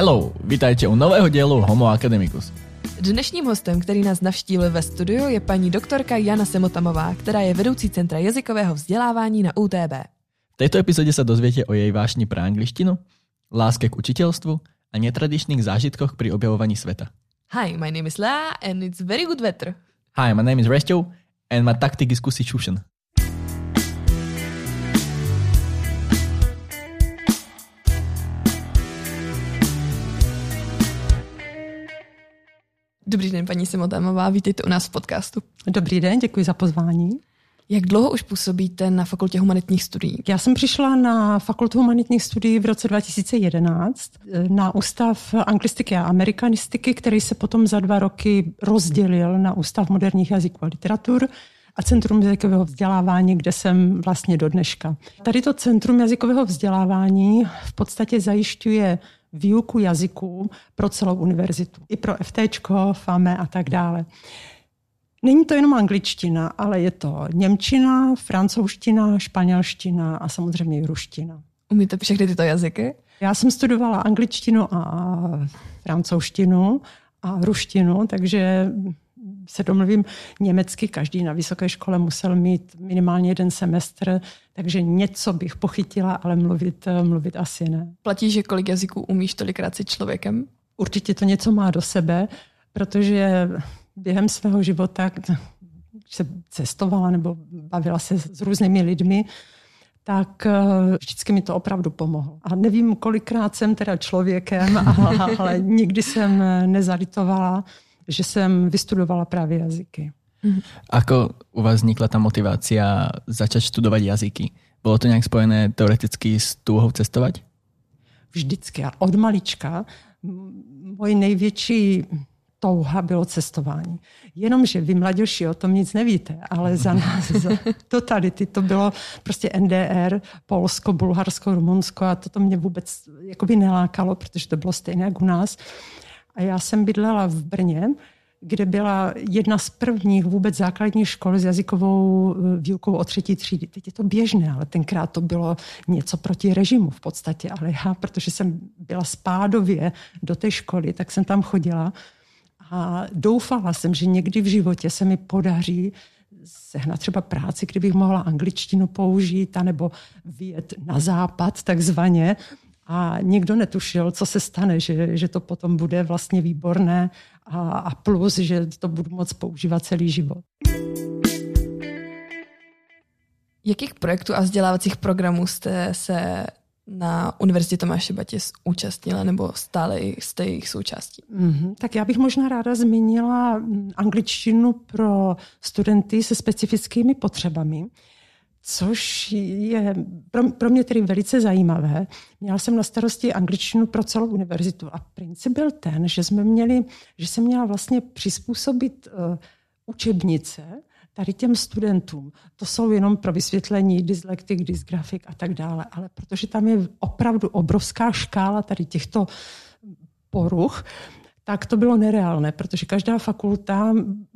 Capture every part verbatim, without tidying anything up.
Hello, vítajte u nového dielu Homo Academicus. Dnešním hostem, který nás navštívil ve studiu, je paní doktorka Jana Semotamová, která je vedoucí Centra jazykového vzdělávání na U T B. V tejto epizóde sa dozviete o jej vášni pre angličtinu, láske k učiteľstvu a netradičných zážitkoch pri objavovaní sveta. Hi, my name is Lea and it's very good weather. Hi, my name is Restio and my taktik is kusy čušen. Dobrý den, paní Semotamová, vítejte u nás v podcastu. Dobrý den, děkuji za pozvání. Jak dlouho už působíte na Fakultě humanitních studií? Já jsem přišla na Fakultu humanitních studií v roce dva tisíce jedenáct na Ústav anglistiky a amerikanistiky, který se potom za dva roky rozdělil na Ústav moderních jazyků a literatur a Centrum jazykového vzdělávání, kde jsem vlastně do dneška. Tady to Centrum jazykového vzdělávání v podstatě zajišťuje výuku jazyků pro celou univerzitu. I pro FTčko, FAME a tak dále. Není to jenom angličtina, ale je to němčina, francouzština, španělština a samozřejmě i ruština. Umíte všechny tyto jazyky? Já jsem studovala angličtinu a francouzštinu a ruštinu, takže se domluvím německy. Každý na vysoké škole musel mít minimálně jeden semestr, takže něco bych pochytila, ale mluvit, mluvit asi ne. Platí, že kolik jazyků umíš, tolikrát si člověkem? Určitě to něco má do sebe, protože během svého života, když se cestovala nebo bavila se s různými lidmi, tak vždycky mi to opravdu pomohlo. A nevím, kolikrát jsem teda člověkem, ale, ale nikdy jsem nezalitovala, že jsem vystudovala právě jazyky. Ako u vás vznikla ta motivácia začať študovať jazyky? Bolo to nějak spojené teoreticky s touhou cestovat? Vždycky. A od malička moje největší touha bylo cestování. Jenomže vy mladější o tom nic nevíte, ale za nás, za totality, to bylo prostě N D R, Polsko, Bulharsko, Rumunsko a toto mě vůbec jakoby nelákalo, protože to bylo stejné jak u nás. A já jsem bydlela v Brně, kde byla jedna z prvních vůbec základních škol s jazykovou výukou od třetí třídy. Teď je to běžné, ale tenkrát to bylo něco proti režimu v podstatě. Ale já, protože jsem byla spádově do té školy, tak jsem tam chodila a doufala jsem, že někdy v životě se mi podaří sehnat třeba práci, kdybych mohla angličtinu použít, anebo vyjet na západ takzvaně. A nikdo netušil, co se stane, že, že to potom bude vlastně výborné a, a plus, že to budu moct používat celý život. Jakých projektů a vzdělávacích programů jste se na Univerzitě Tomáše Bati účastnila nebo stále jste jejich součástí? Mm-hmm. Tak já bych možná ráda zmínila angličtinu pro studenty se specifickými potřebami, což je pro, pro mě tedy velice zajímavé. Měla jsem na starosti angličtinu pro celou univerzitu a princip byl ten, že jsme měli, že jsem měla vlastně přizpůsobit uh, učebnice tady těm studentům. To jsou jenom pro vysvětlení dyslektik, dysgrafik a tak dále, ale protože tam je opravdu obrovská škála tady těchto poruch, tak to bylo nereálné, protože každá fakulta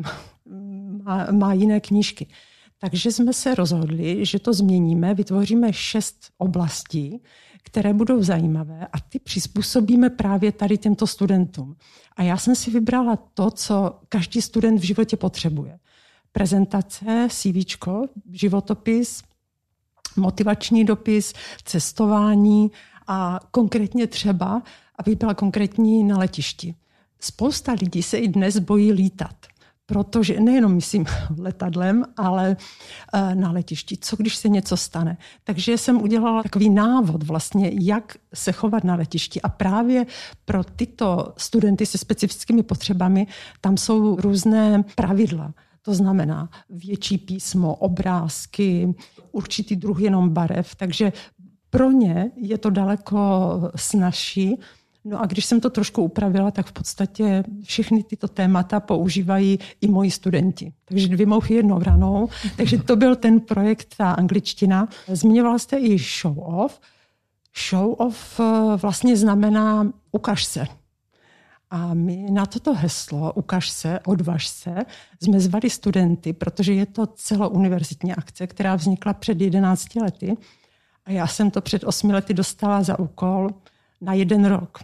má, má jiné knížky. Takže jsme se rozhodli, že to změníme, vytvoříme šest oblastí, které budou zajímavé a ty přizpůsobíme právě tady těmto studentům. A já jsem si vybrala to, co každý student v životě potřebuje. Prezentace, CVčko, životopis, motivační dopis, cestování a konkrétně třeba, abych byla konkrétní, na letišti. Spousta lidí se i dnes bojí lítat. Protože nejenom myslím letadlem, ale na letišti. Co když se něco stane? Takže jsem udělala takový návod vlastně, jak se chovat na letišti. A právě pro tyto studenty se specifickými potřebami tam jsou různé pravidla. To znamená větší písmo, obrázky, určitý druh jenom barev. Takže pro ně je to daleko snazší. No a když jsem to trošku upravila, tak v podstatě všechny tyto témata používají i moji studenti. Takže dvě mouchy jednou ranou. Takže to byl ten projekt, ta angličtina. Zmiňovala jste i show off. Show off vlastně znamená ukaž se. A my na toto heslo ukaž se, odvaž se jsme zvali studenty, protože je to celouniverzitní akce, která vznikla před jedenácti lety. A já jsem to před osmi lety dostala za úkol na jeden rok.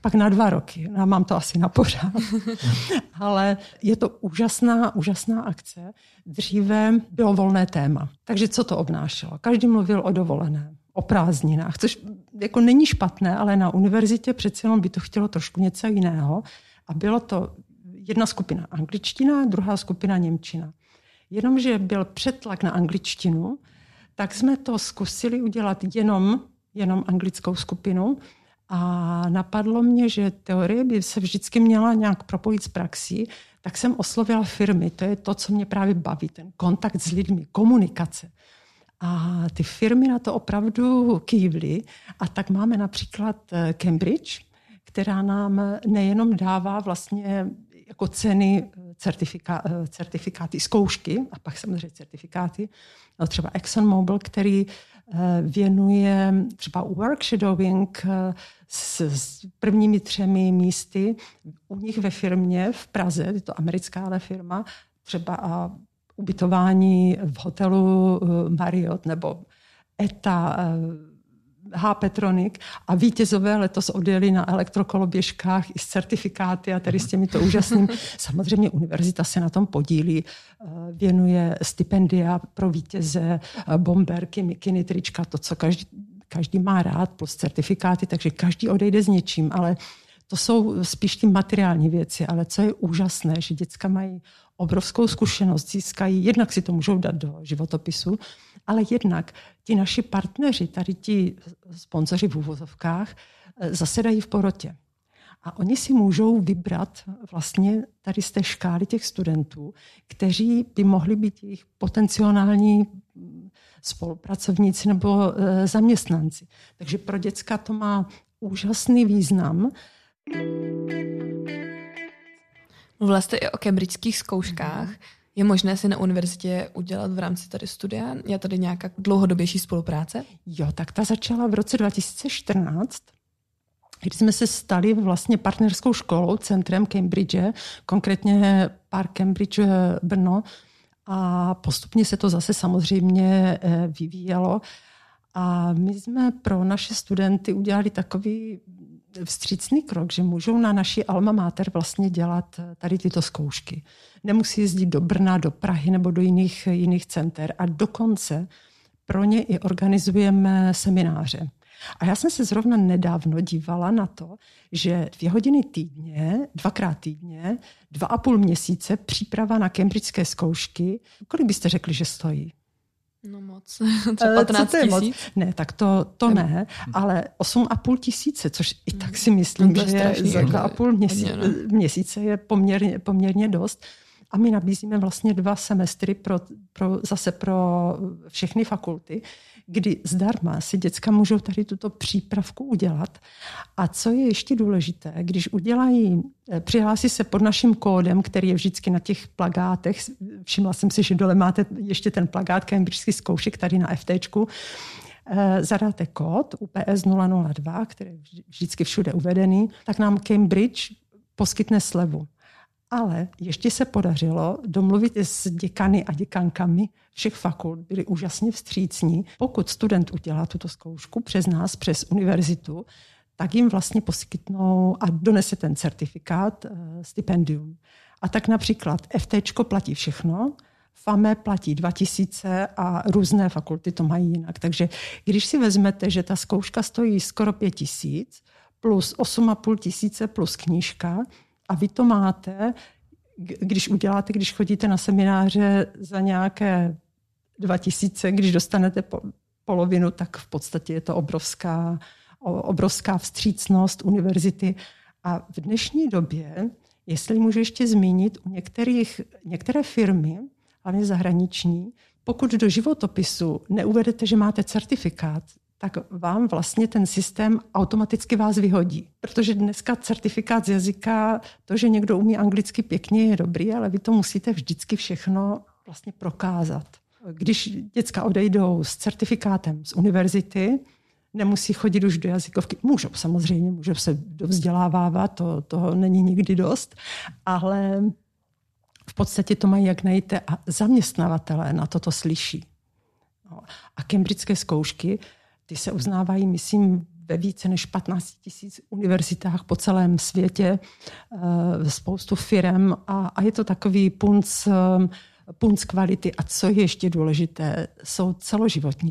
pak na dva roky. Já mám to asi na pořád. Ale je to úžasná, úžasná akce. Dříve bylo volné téma. Takže co to obnášelo? Každý mluvil o dovolené, o prázdninách, což jako není špatné, ale na univerzitě přeci jenom by to chtělo trošku něco jiného. A bylo to jedna skupina angličtina, druhá skupina němčina. Jenomže byl přetlak na angličtinu, tak jsme to zkusili udělat jenom, jenom anglickou skupinu a napadlo mě, že teorie by se vždycky měla nějak propojit s praxí, tak jsem oslovila firmy. To je to, co mě právě baví, ten kontakt s lidmi, komunikace. A ty firmy na to opravdu kývly. A tak máme například Cambridge, která nám nejenom dává vlastně jako ceny certifika, certifikáty, zkoušky, a pak samozřejmě certifikáty, no třeba ExxonMobil, který věnuje třeba workshadowing s, s prvními třemi místy u nich ve firmě v Praze, je to americká ale firma, třeba a ubytování v hotelu Marriott nebo Eta, H. Petronic a vítězové letos odjeli na elektrokoloběžkách i s certifikáty a tady s těmito úžasným. Samozřejmě univerzita se na tom podílí, věnuje stipendia pro vítěze, bomberky, mikiny, trička, to, co každý, každý má rád, plus certifikáty, takže každý odejde s něčím, ale to jsou spíš ty materiální věci, ale co je úžasné, že děcka mají obrovskou zkušenost, získají, jednak si to můžou dát do životopisu, ale jednak ti naši partneři, tady ti sponzoři v uvozovkách, zasedají v porotě. A oni si můžou vybrat vlastně tady z té škály těch studentů, kteří by mohli být jejich potenciální spolupracovníci nebo zaměstnanci. Takže pro děcka to má úžasný význam. Mluvila jste i o cambridgeských zkouškách. Je možné si na univerzitě udělat v rámci tady studia? Je tady nějaká dlouhodobější spolupráce? Jo, tak ta začala v roce dva tisíce čtrnáct, kdy jsme se stali vlastně partnerskou školou, centrem Cambridge, konkrétně Park Cambridge Brno. A postupně se to zase samozřejmě vyvíjelo. A my jsme pro naše studenty udělali takový vstřícný krok, že můžou na naší alma mater vlastně dělat tady tyto zkoušky. Nemusí jezdit do Brna, do Prahy nebo do jiných, jiných center. A dokonce pro ně i organizujeme semináře. A já jsem se zrovna nedávno dívala na to, že dvě hodiny týdně, dvakrát týdně, dva a půl měsíce příprava na cambridgeské zkoušky. Kolik byste řekli, že stojí? No moc. Třeba patnáct tisíc? Ne, tak to, to ne, ale osm a půl tisíce, což i tak si myslím, no že je za dva a půl měsíce, měsíce je poměrně, poměrně dost. A my nabízíme vlastně dva semestry pro, pro, zase pro všechny fakulty, kdy zdarma si děcka můžou tady tuto přípravku udělat. A co je ještě důležité, když udělají, přihlásí se pod naším kódem, který je vždycky na těch plagátech, všimla jsem si, že dole máte ještě ten plagát cambridgeských zkoušek tady na FTčku, zadáte kód U P S nula nula dva, který je vždycky všude uvedený, tak nám Cambridge poskytne slevu. Ale ještě se podařilo domluvit s děkany a děkankami všech fakult, byli úžasně vstřícní. Pokud student udělá tuto zkoušku přes nás, přes univerzitu, tak jim vlastně poskytnou a donese ten certifikát, stipendium. A tak například FTčko platí všechno, FAME platí dva tisíce a různé fakulty to mají jinak. Takže když si vezmete, že ta zkouška stojí skoro pět tisíc, plus osm a půl tisíce plus knížka, a vy to máte, když uděláte, když chodíte na semináře za nějaké dva tisíce, když dostanete po, polovinu, tak v podstatě je to obrovská, obrovská vstřícnost univerzity. A v dnešní době, jestli můžu ještě zmínit, u některých, některé firmy, hlavně zahraniční, pokud do životopisu neuvedete, že máte certifikát, tak vám vlastně ten systém automaticky vás vyhodí. Protože dneska certifikát z jazyka, to, že někdo umí anglicky pěkně, je dobrý, ale vy to musíte vždycky všechno vlastně prokázat. Když děcka odejdou s certifikátem z univerzity, nemusí chodit už do jazykovky. Můžou samozřejmě, můžou se dovzdělávávat, to, toho není nikdy dost, ale v podstatě to mají jak najít a zaměstnavatelé na toto slyší. No. A cambridgeské zkoušky, ty se uznávají, myslím, ve více než patnáct tisíc univerzitách po celém světě, spoustu firem a, a je to takový punc, punc kvality. A co je ještě důležité, jsou celoživotní.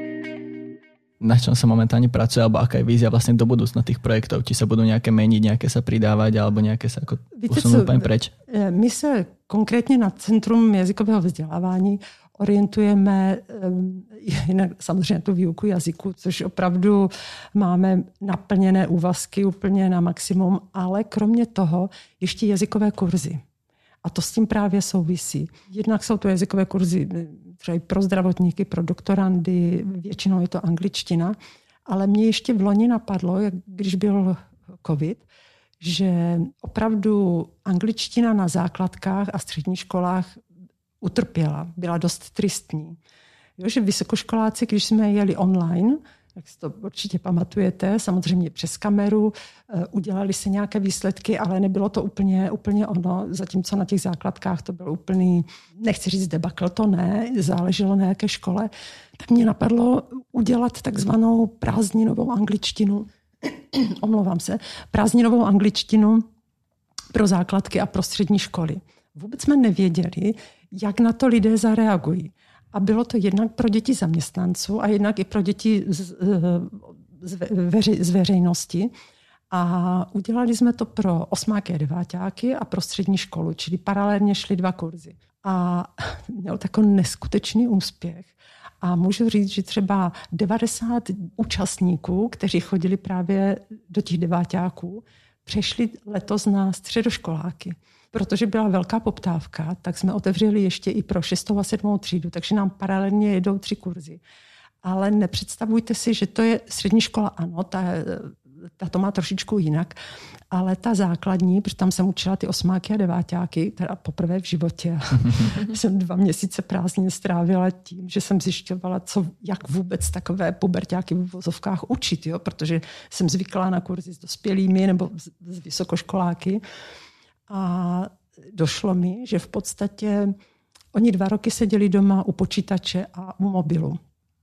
Na čom sa momentálne pracuje, alebo aká je vízia vlastne do budúcna tých projektov? Či sa budú nejaké meniť, nejaké sa pridávať, alebo nejaké sa ako posunú úplne preč? My se konkrétně na Centrum jazykového vzdělávání orientujeme jinak samozřejmě tu výuku jazyku, což opravdu máme naplněné úvazky úplně na maximum, ale kromě toho ještě jazykové kurzy. A to s tím právě souvisí. Jednak jsou to jazykové kurzy třeba i pro zdravotníky, pro doktorandy, většinou je to angličtina, ale mě ještě v loni napadlo, jak když byl covid, že opravdu angličtina na základkách a středních školách utrpěla, byla dost tristní. Jo, že vysokoškoláci, když jsme jeli online, jak si to určitě pamatujete, samozřejmě přes kameru, udělali se nějaké výsledky, ale nebylo to úplně, úplně ono, zatímco na těch základkách to byl úplný, nechci říct debakl, to ne, záleželo na jaké škole, tak mě napadlo udělat takzvanou prázdninovou angličtinu, omlouvám se, prázdninovou angličtinu pro základky a pro střední školy. Vůbec jsme nevěděli, jak na to lidé zareagují. A bylo to jednak pro děti zaměstnanců a jednak i pro děti z, z, veři, z veřejnosti. A udělali jsme to pro osmáky a deváťáky a pro střední školu, čili paralelně šly dva kurzy. A měl takový neskutečný úspěch. A můžu říct, že třeba devadesát účastníků, kteří chodili právě do těch deváťáků, přešli letos na středoškoláky. Protože byla velká poptávka, tak jsme otevřeli ještě i pro šestou a sedmou třídu, takže nám paralelně jedou tři kurzy. Ale nepředstavujte si, že to je střední škola, ano, ta, ta to má trošičku jinak, ale ta základní, protože tam jsem učila ty osmáky a deváťáky, teda poprvé v životě. Jsem dva měsíce prázdnin strávila tím, že jsem zjišťovala, co, jak vůbec takové puberťáky v uvozovkách učit, jo? Protože jsem zvyklá na kurzy s dospělými nebo s vysokoškoláky. A došlo mi, že v podstatě oni dva roky seděli doma u počítače a u mobilu.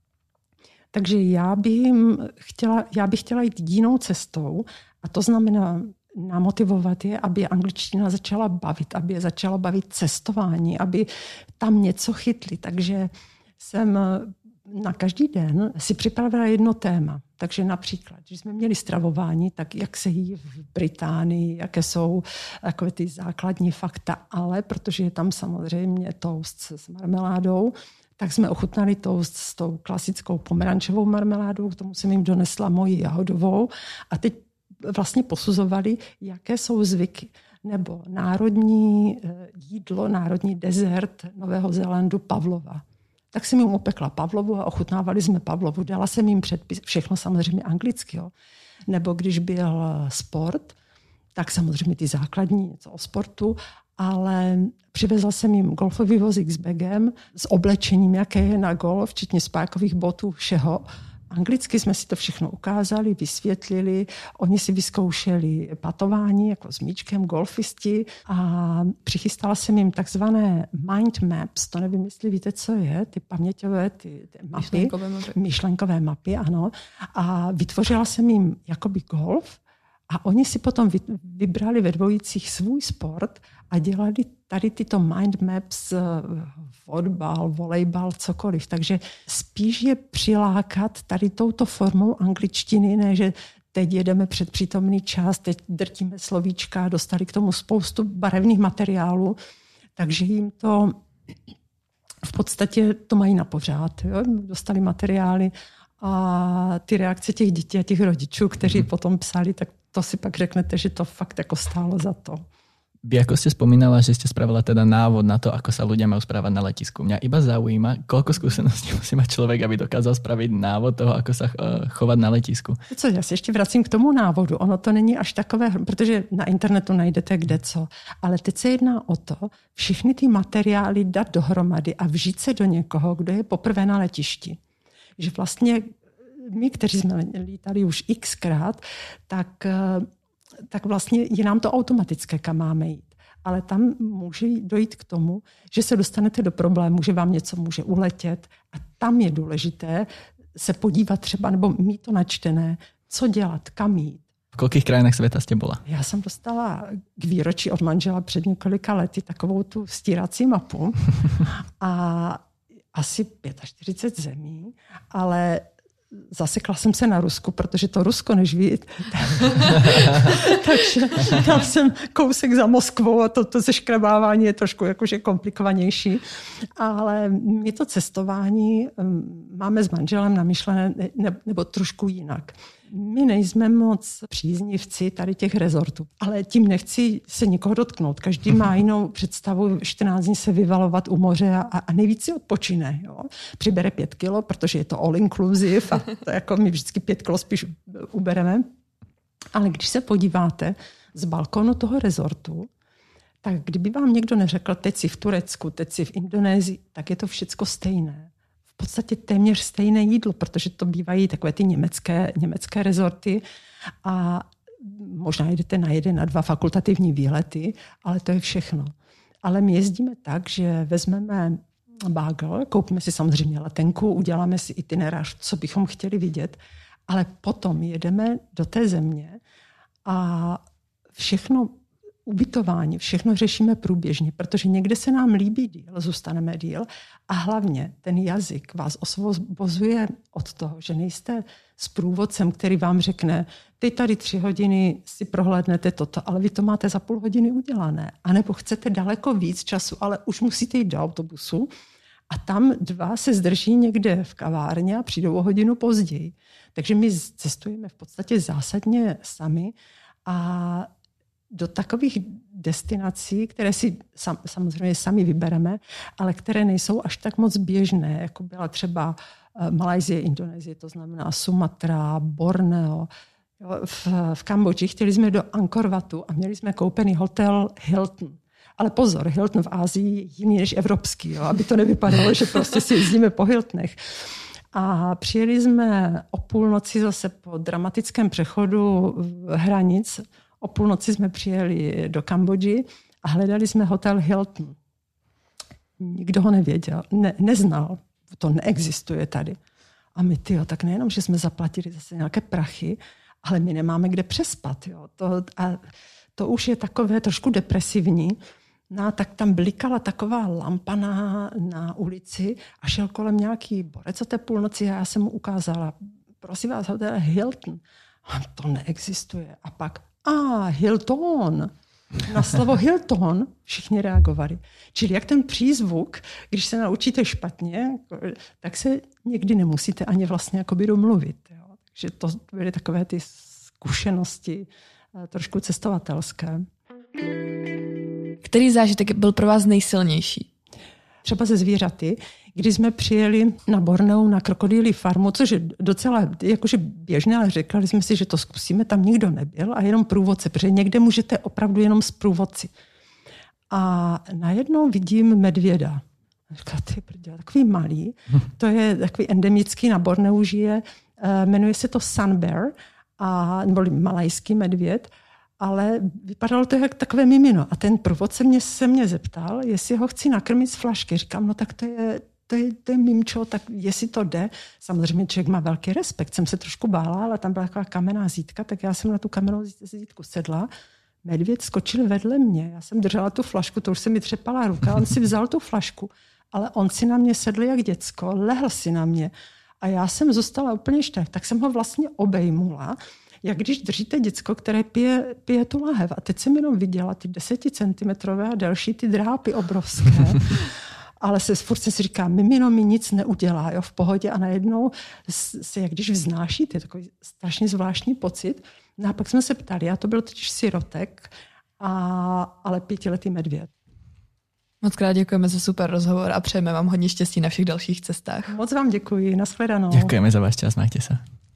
Takže já bych, chtěla, já bych chtěla jít jinou cestou a to znamená namotivovat je, aby angličtina začala bavit, aby je začala bavit cestování, aby tam něco chytli. Takže jsem na každý den si připravila jedno téma. Takže například, když jsme měli stravování, tak jak se jí v Británii, jaké jsou takové ty základní fakta, ale protože je tam samozřejmě toast s marmeládou, tak jsme ochutnali toast s tou klasickou pomerančovou marmeládou, k tomu jsem jim donesla moji jahodovou a teď vlastně posuzovali, jaké jsou zvyky. Nebo národní jídlo, národní dezert Nového Zélandu Pavlova. Tak jsem jim upekla pavlovu a ochutnávali jsme pavlovu. Dala jsem jim předpis, všechno samozřejmě anglicky. Jo. Nebo když byl sport, tak samozřejmě ty základní, něco o sportu, ale přivezla jsem jim golfový vozík s bagem, s oblečením, jaké je na golf, včetně spákových botů, všeho. Anglicky jsme si to všechno ukázali, vysvětlili, oni si vyzkoušeli patování jako s míčkem, golfisti a přichystala jsem jim takzvané mind maps, to nevím, jestli víte, co je, ty paměťové ty, ty mapy, myšlenkové mapy. myšlenkové mapy, ano. A vytvořila jsem jim jakoby golf a oni si potom vybrali ve dvojicích svůj sport a dělali tady tyto mind maps, fotbal, volejbal, cokoliv. Takže spíš je přilákat tady touto formou angličtiny, ne, že teď jedeme před přítomný čas, teď drtíme slovíčka, dostali k tomu spoustu barevných materiálů, takže jim to v podstatě to mají na pořád. Jo? Dostali materiály a ty reakce těch dětí a těch rodičů, kteří potom psali, tak to si pak řeknete, že to fakt jako stálo za to. Vy ako ste spomínala, že ste spravila teda návod na to, ako sa ľudia majú správať na letisku. Mňa iba zaujíma, koľko skúseností musí mať človek, aby dokázal spraviť návod toho, ako sa chovať na letisku. Co, já se ještě vracím k tomu návodu. Ono to není až takové, protože na internetu najdete kde co. Ale teď se jedná o to, všechny ty materiály dát dohromady a vžít se do někoho, kdo je poprvé na letišti. Že vlastně my, kteří jsme lítali už xkrát, tak tak vlastně je nám to automatické, kam máme jít. Ale tam může dojít k tomu, že se dostanete do problému, že vám něco může uletět a tam je důležité se podívat třeba, nebo mít to načtené, co dělat, kam jít. V koľkých krajinách světa jste byla? Já jsem dostala k výročí od manžela před několika lety takovou tu stírací mapu a asi čtyřicet pět zemí, ale zasekla jsem se na Rusku, protože to Rusko, než ví, takže tam jsem kousek za Moskvou a to, to zeškrabávání je trošku jakože komplikovanější. Ale my to cestování máme s manželem namyšlené ne, nebo trošku jinak. My nejsme moc příznivci tady těch rezortů, ale tím nechci se nikoho dotknout. Každý má jinou představu, čtrnáct dní se vyvalovat u moře a, a nejvíc si odpočine. Jo? Přibere pět kilo, protože je to all inclusive a to jako my vždycky pět kilo spíš ubereme. Ale když se podíváte z balkonu toho rezortu, tak kdyby vám někdo neřekl, teď si v Turecku, teď si v Indonésii, tak je to všecko stejné. V podstatě téměř stejné jídlo, protože to bývají takové ty německé, německé rezorty a možná jdete na jeden, na dva fakultativní výlety, ale to je všechno. Ale my jezdíme tak, že vezmeme bagel, koupíme si samozřejmě letenku, uděláme si itinerář, co bychom chtěli vidět, ale potom jedeme do té země a všechno ubytování, všechno řešíme průběžně, protože někde se nám líbí díl, zůstaneme díl a hlavně ten jazyk vás osvobozuje od toho, že nejste s průvodcem, který vám řekne, teď tady tři hodiny si prohlédnete toto, ale vy to máte za půl hodiny udělané. A nebo chcete daleko víc času, ale už musíte jít do autobusu a tam dva se zdrží někde v kavárně a přijdou o hodinu později. Takže my cestujeme v podstatě zásadně sami a do takových destinací, které si sam, samozřejmě sami vybereme, ale které nejsou až tak moc běžné, jako byla třeba Malajsie, Indonésie, to znamená Sumatra, Borneo. V, v Kambodži chtěli jsme do Angkor Watu a měli jsme koupený hotel Hilton. Ale pozor, Hilton v Asii jiný než evropský, jo, aby to nevypadalo, že prostě si jezdíme po Hiltonech. A přijeli jsme o půlnoci zase po dramatickém přechodu hranic. O půlnoci jsme přijeli do Kambodži a hledali jsme hotel Hilton. Nikdo ho nevěděl, ne, neznal, to neexistuje tady. A my, tyjo, tak nejenom, že jsme zaplatili zase nějaké prachy, ale my nemáme kde přespat. Jo. To, a to už je takové trošku depresivní. No, tak tam blikala taková lampa na, na ulici a šel kolem nějaký borec o té půlnoci a já jsem mu ukázala, prosím vás, hotel Hilton. A to neexistuje. A pak A, ah, Hilton. Na slovo Hilton všichni reagovali. Čili jak ten přízvuk, když se naučíte špatně, tak se někdy nemusíte ani vlastně jakoby domluvit. Jo. Takže to byly takové ty zkušenosti trošku cestovatelské. Který zážitek byl pro vás nejsilnější? Třeba ze zvířaty, když jsme přijeli na Borneo na krokodýlí farmu, což je docela jakože běžné, ale řekli jsme si, že to zkusíme, tam nikdo nebyl a jenom průvodce, protože někde můžete opravdu jenom s průvodci. A najednou vidím medvěda. Říkala, ty prdě, takový malý, to je takový endemický, na Borneu žije, jmenuje se to Sun Bear, a, nebo malajský medvěd, ale vypadalo to jak takové mimino. A ten průvodce mě, se mě zeptal, jestli ho chci nakrmit z flašky. Říkám, no tak to je, to je, to je mimčo, tak jestli to jde. Samozřejmě člověk má velký respekt. Jsem se trošku bála, ale tam byla taková kamenná zítka, tak já jsem na tu kamennou zítku sedla. Medvěd skočil vedle mě. Já jsem držela tu flašku, to už se mi třepala ruka. On si vzal tu flašku, ale on si na mě sedl jak děcko, lehl si na mě. A já jsem zůstala úplně štěk. Tak jsem ho vlastně obejmula, jak když držíte děcko, které pije, pije tu láhev. A teď jsem jenom viděla ty deseticentimetrové a další ty drápy obrovské. Ale se furt se si říká, mimino mi nic neudělá, jo, v pohodě. A najednou se, jak když vznášíte, takový strašně zvláštní pocit. No a pak jsme se ptali, a to byl totiž sirotek, a, ale pětiletý medvěd. Moc krát děkujeme za super rozhovor a přejeme vám hodně štěstí na všech dalších cestách. Moc vám děkuji, nashledanou. Děkujeme za váš čas, majte se.